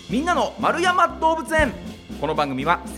みんなの丸山動物園。この番組は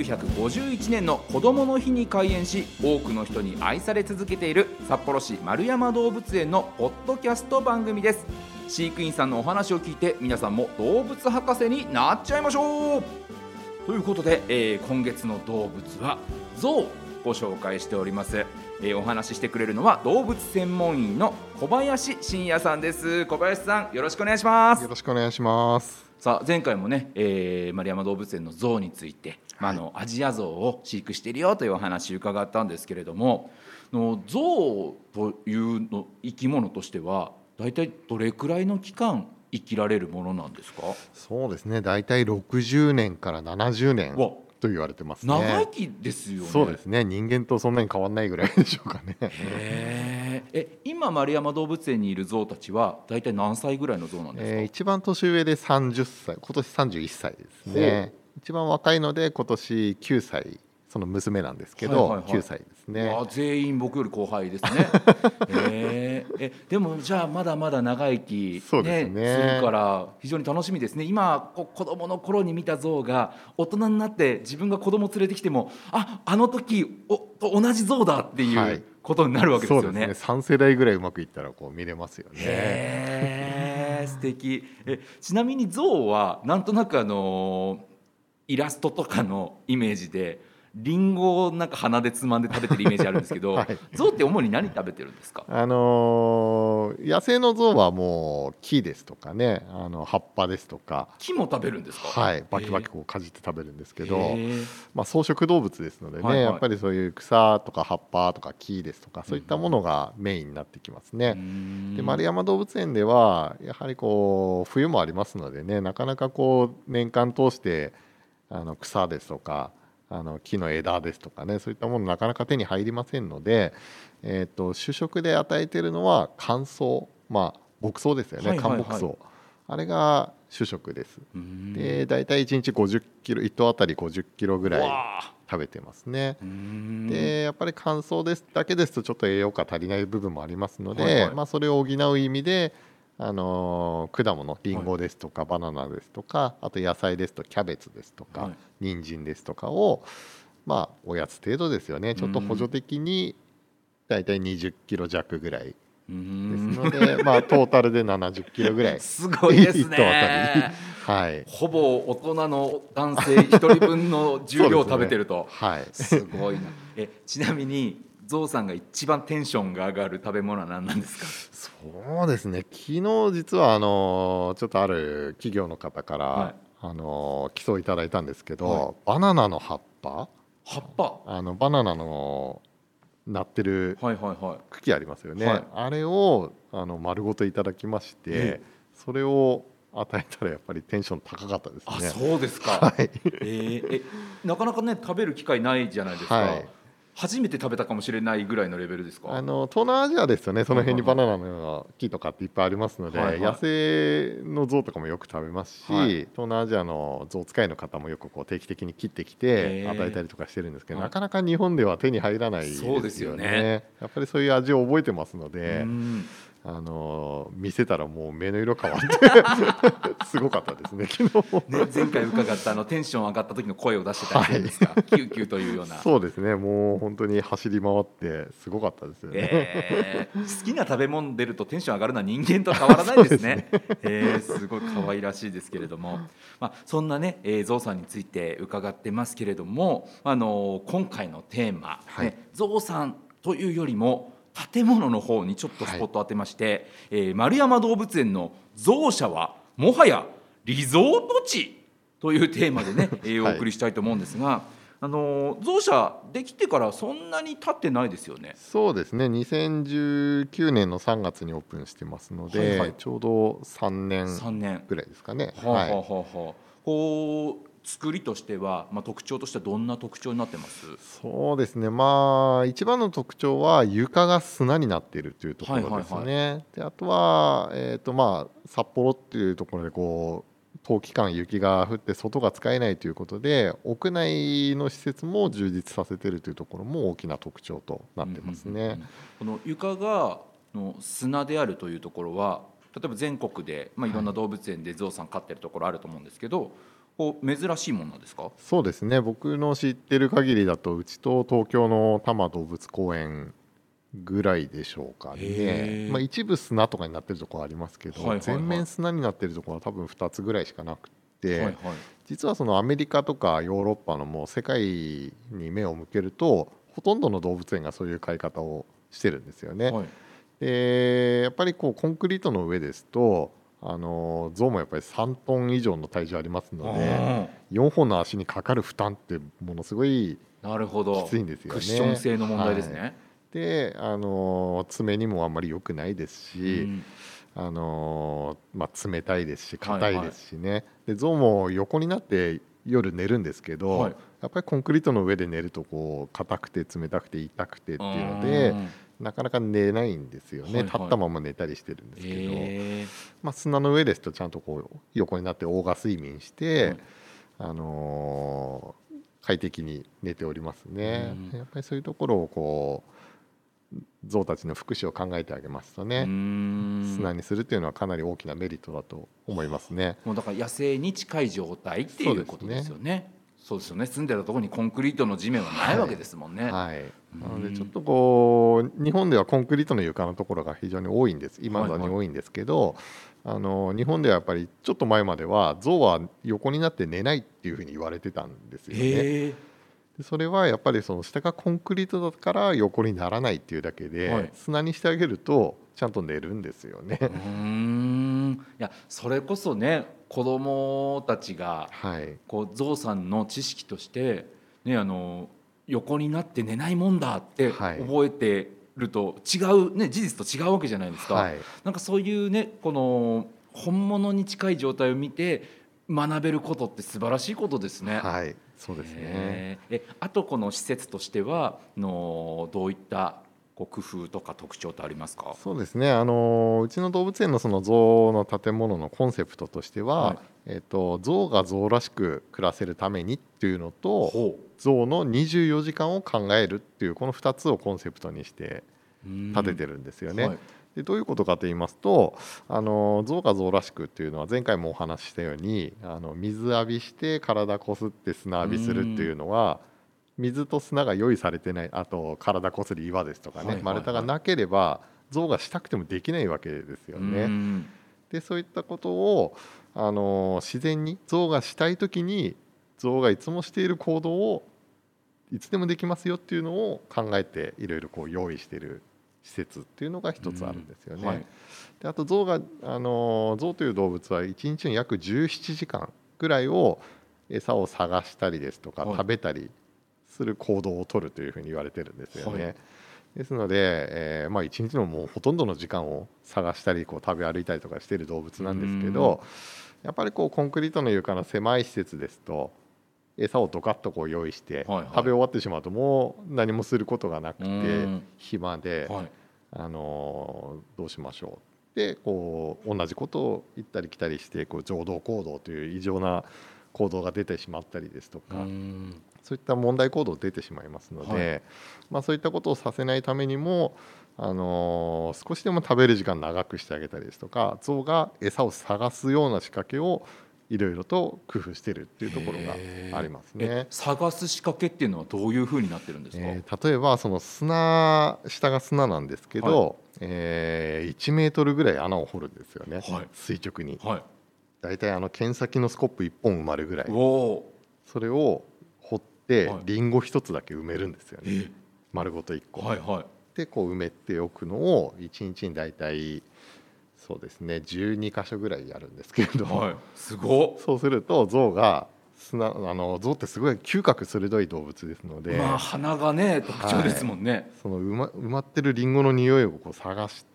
1951年の子どもの日に開園し、多くの人に愛され続けている札幌市丸山動物園のポッドキャスト番組です。飼育員さんのお話を聞いて、皆さんも動物博士になっちゃいましょうということで、今月の動物はゾウご紹介しております。お話ししてくれるのは動物専門員の小林真也さんです。小林さん、よろしくお願いします。 よろしくお願いします。 さあ、前回もね、丸山動物園のゾウについて、アジアゾウを飼育しているよというお話を伺ったんですけれども、ゾウというの生き物としてはだいたいどれくらいの期間生きられるものなんですか？ そうですね、だいたい60年から70年と言われてますね。 長生きですよね。 そうですね、人間とそんなに変わらないぐらいでしょうかね。 今丸山動物園にいるゾウたちはだいたい何歳ぐらいのゾウなんですか？ 一番年上で30歳、今年31歳ですね。一番若いので今年9歳、その娘なんですけど、9歳ですね。 全員僕より後輩ですね。でもじゃあまだまだ長生き、 そうですね、 するから非常に楽しみですね。今子供の頃に見たゾウが大人になって自分が子供連れてきても、あの時と同じゾウだっていうことになるわけですよね。 そうですね、3世代ぐらいうまくいったらこう見れますよね。 素敵。ちなみにゾウはなんとなくイラストとかのイメージでリンゴをなんか鼻でつまんで食べてるイメージあるんですけど、ゾウって主に何食べてるんですか？ 野生のゾウはもう木ですとかね、葉っぱですとか。 木も食べるんですか？ はい、バキバキこうかじって食べるんですけど、草食動物ですのでね、やっぱりそういう草とか葉っぱとか木ですとか、そういったものがメインになってきますね。で、丸山動物園ではやはりこう冬もありますのでね、なかなかこう年間通して草ですとか木の枝ですとかね、そういったものなかなか手に入りませんので、主食で与えているのは乾草、牧草ですよね、乾牧草、あれが主食です。で、だいたい1日50キロ、1頭あたり50キロぐらい食べてますね。で、やっぱり乾草だけですとちょっと栄養価足りない部分もありますので、それを補う意味で果物、リンゴですとかバナナですとか、あと野菜ですとキャベツですとか、人参ですとかをおやつ程度ですよね、ちょっと補助的にだいたい20キロ弱ぐらいですので、トータルで70キロぐらいすごいですね。 1頭あたり、 ほぼ大人の男性1人分の重量を食べてると。すごいな。ちなみにゾウさんが一番テンションが上がる食べ物は何なんですか？ そうですね、昨日実はちょっとある企業の方から、寄贈いただいたんですけど、バナナの葉っぱ、バナナのなってる茎ありますよね、あれを丸ごといただきまして、それを与えたらやっぱりテンション高かったですね。 そうですか。なかなかね食べる機会ないじゃないですか。初めて食べたかもしれないぐらいのレベルですか？東南アジアですとね、その辺にバナナの木とかっていっぱいありますので、野生のゾウとかもよく食べますし、東南アジアのゾウ使いの方もよくこう定期的に切ってきて与えたりとかしてるんですけど、なかなか日本では手に入らないですよね。やっぱりそういう味を覚えてますので、見せたらもう目の色変わってすごかったですね、昨日前回伺ったテンション上がった時の声を出してたんですか？キューキューというような。 そうですね、もう本当に走り回ってすごかったですよね。 好きな食べ物出るとテンション上がるのは人間と変わらないですね。すごい可愛らしいですけれども、そんなね、ゾウさんについて伺ってますけれども、今回のテーマ、ゾウさんというよりも建物の方にちょっとスポットを当てまして、丸山動物園のゾウ舎はもはやリゾート地というテーマでね、お送りしたいと思うんですが、ゾウ舎できてからそんなに経ってないですよね。 そうですね、2019年の3月にオープンしてますので、ちょうど3年ぐらいですかね。 作りとしては、特徴としてはどんな特徴になってます？ そうですね、一番の特徴は床が砂になっているというところですね。で、あとは、札幌っていうところでこう冬期間雪が降って外が使えないということで、屋内の施設も充実させているというところも大きな特徴となってますね。 この床が砂であるというところは例えば全国で、いろんな動物園でゾウさん飼ってるところあると思うんですけど、こう珍しいものなんですか？ そうですね、僕の知ってる限りだとうちと東京の多摩動物公園ぐらいでしょうかね。一部砂とかになってるところありますけど、全面砂になってるところは多分2つぐらいしかなくて、実はそのアメリカとかヨーロッパのもう世界に目を向けるとほとんどの動物園がそういう飼い方をしてるんですよね。でやっぱりこうコンクリートの上ですと象もやっぱり3トン以上の体重ありますので、4本の足にかかる負担ってものすごいきついんですよね。 クッション性の問題ですね。 で爪にもあんまり良くないですし、冷たいですし硬いですしね、で象も横になって夜寝るんですけど、やっぱりコンクリートの上で寝るとこう硬くて冷たくて痛くてっていうのでなかなか寝ないんですよね。立ったまま寝たりしてるんですけど、砂の上ですとちゃんとこう横になってオーガ睡眠して、快適に寝ておりますね。やっぱりそういうところをこう象たちの福祉を考えてあげますとね、砂にするっていうのはかなり大きなメリットだと思いますね。 もうだから野生に近い状態っていうことですよね。そうですよね。住んでたところにコンクリートの地面はないわけですもんね。 なのでちょっとこう日本ではコンクリートの床のところが非常に多いんです。今だに多いんですけど、日本ではやっぱりちょっと前までは象は横になって寝ないっていうふうに言われてたんですよね。それはやっぱりその下がコンクリートだから横にならないっていうだけで、砂にしてあげるとちゃんと寝るんですよね。 いやそれこそね、子供たちがこう象さんの知識としてね、横になって寝ないもんだって覚えてると違うね、事実と違うわけじゃないですか。なんかそういうね、この本物に近い状態を見て学べることって素晴らしいことですね。 そうですね。 あとこの施設としてはどういった工夫とか特徴ってありますか？ そうですね、うちの動物園のその象の建物のコンセプトとしては、象が象らしく暮らせるためにっていうのと、象の24時間を考えるっていうこの2つをコンセプトにして建ててるんですよね。でどういうことかと言いますと、象が象らしくっていうのは前回もお話ししたように水浴びして体こすって砂浴びするっていうのは水と砂が用意されてない、あと体こすり岩ですとかね、丸太がなければ象がしたくてもできないわけですよね。でそういったことを自然に象がしたい時に象がいつもしている行動をいつでもできますよっていうのを考えていろいろこう用意している施設っていうのが一つあるんですよね。であと象という動物は1日の約17時間ぐらいを餌を探したりですとか食べたりする行動をとるというふうに言われてるんですよね。ですので、一日のもうほとんどの時間を探したりこう食べ歩いたりとかしている動物なんですけど、やっぱりこうコンクリートの床の狭い施設ですと餌をドカッとこう用意して食べ終わってしまうともう何もすることがなくて暇で、どうしましょうでこう同じことを行ったり来たりしてこう情動行動という異常な行動が出てしまったりですとか、そういった問題行動出てしまいますので、そういったことをさせないためにも少しでも食べる時間長くしてあげたりですとか、象が餌を探すような仕掛けをいろいろと工夫しているっていうところがありますね。 探す仕掛けっていうのはどういうふうになってるんですか？ 例えばその下が砂なんですけど、1メートルぐらい穴を掘るんですよね、垂直に。だいたい剣先のスコップ1本埋まるぐらい、それを掘ってリンゴ1つだけ埋めるんですよね、丸ごと1個。でこう埋めておくのを1日にだいたいそうですね12箇所ぐらいやるんですけれど、 すごっ。 そうすると象が象ってすごい嗅覚鋭い動物ですので、 鼻がね特徴ですもんね。 その埋まってるリンゴの匂いをこう探して、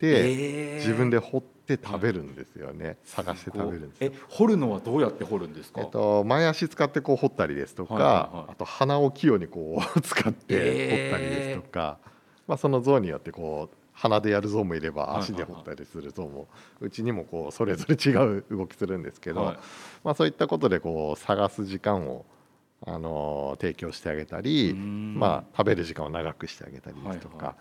自分で掘って食べるんですよね。探して食べるんですよ。 掘るのはどうやって掘るんですか？ 前足使ってこう掘ったりですとか、あと鼻を器用にこう使って掘ったりですとか、その象によってこう鼻でやる象もいれば足で掘ったりする象もうちにもこうそれぞれ違う動きするんですけど、そういったことでこう探す時間を提供してあげたり、食べる時間を長くしてあげたりですとか、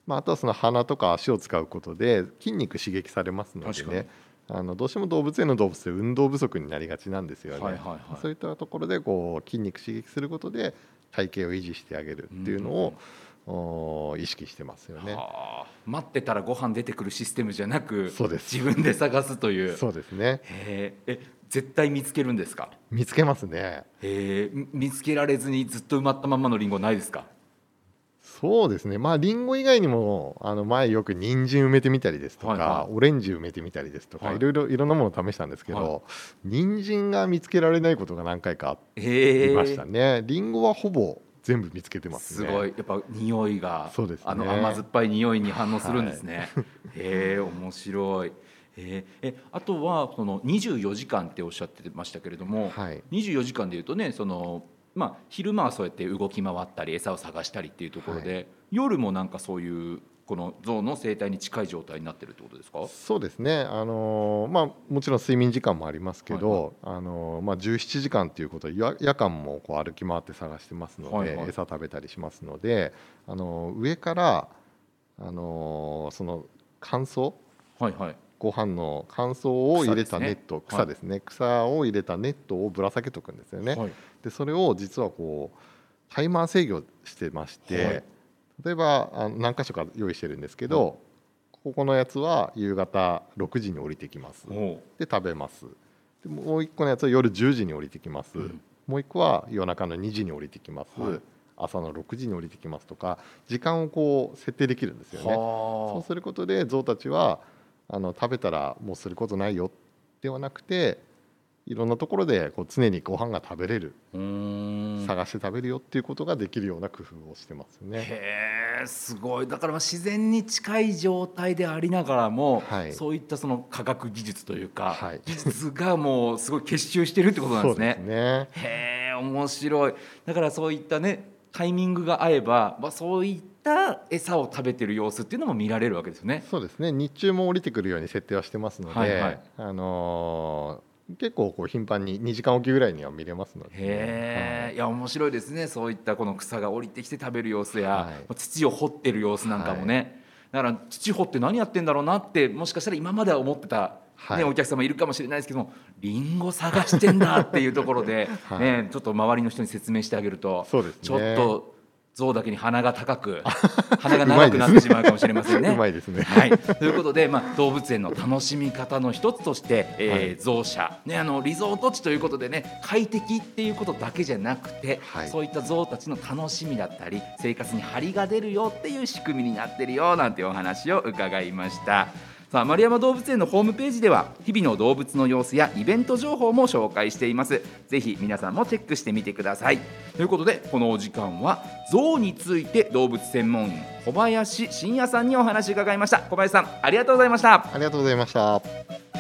あとはその鼻とか足を使うことで筋肉刺激されますのでね、どうしても動物園の動物って運動不足になりがちなんですよね。そういったところでこう筋肉刺激することで体型を維持してあげるっていうのを意識してますよね。 待ってたらご飯出てくるシステムじゃなく、 そうです。 自分で探すという。 そうですね。 絶対見つけるんですか？ 見つけますね。 見つけられずにずっと埋まったままのリンゴないですか？ そうですね、リンゴ以外にも前よく人参埋めてみたりですとか、オレンジ埋めてみたりですとか、いろんなものを試したんですけど、人参が見つけられないことが何回かありましたね。リンゴはほぼ全部見つけてますね。 すごい、やっぱ匂いが、 そうですね、 甘酸っぱい匂いに反応するんですね。面白い。あとはその24時間っておっしゃってましたけれども、24時間でいうとね、昼間はそうやって動き回ったり餌を探したりっていうところで、夜もなんかそういうこの象の生態に近い状態になってるってことですか？ そうですね、もちろん睡眠時間もありますけど、17時間ということで夜間もこう歩き回って探してますので、餌食べたりしますので、上から、その乾燥、ご飯の乾燥を入れたネット、草ですね、草を入れたネットをぶら下げとくんですよね。でそれを実はこうタイマー制御してまして、例えば何箇所か用意してるんですけど、ここのやつは夕方6時に降りてきます。で食べます。でもう1個のやつは夜10時に降りてきます。もう1個は夜中の2時に降りてきます。朝の6時に降りてきますとか、時間をこう設定できるんですよね。そうすることで象たちは食べたらもうすることないよではなくて、いろんなところでこう常にご飯が食べれる、探して食べるよっていうことができるような工夫をしてますね。 すごい。だから自然に近い状態でありながらも、そういったその科学技術というか、技術がもうすごい結集してるってことなんですね。 そうですね。 面白い。だからそういったねタイミングが合えば、そういった餌を食べてる様子っていうのも見られるわけですよね。 そうですね、日中も降りてくるように設定はしてますので、結構こう頻繁に2時間おきぐらいには見れますので、 いや面白いですね。そういったこの草が降りてきて食べる様子や、土を掘ってる様子なんかもね、だから土掘って何やってんだろうなってもしかしたら今までは思ってた、お客様いるかもしれないですけども、リンゴ探してんだっていうところで、ちょっと周りの人に説明してあげると、ちょっと象だけに鼻が高く鼻が長くなってしまうかもしれませんね。 うまいですね。 ということで、動物園の楽しみ方の一つとして、象舎、リゾート地ということでね、快適っていうことだけじゃなくて、そういった象たちの楽しみだったり生活に張りが出るよっていう仕組みになってるよなんてお話を伺いました。さあ、丸山動物園のホームページでは日々の動物の様子やイベント情報も紹介しています。ぜひ皆さんもチェックしてみてください。ということで、このお時間は象について動物専門員小林信也さんにお話を伺いました。小林さん、ありがとうございました。 ありがとうございました。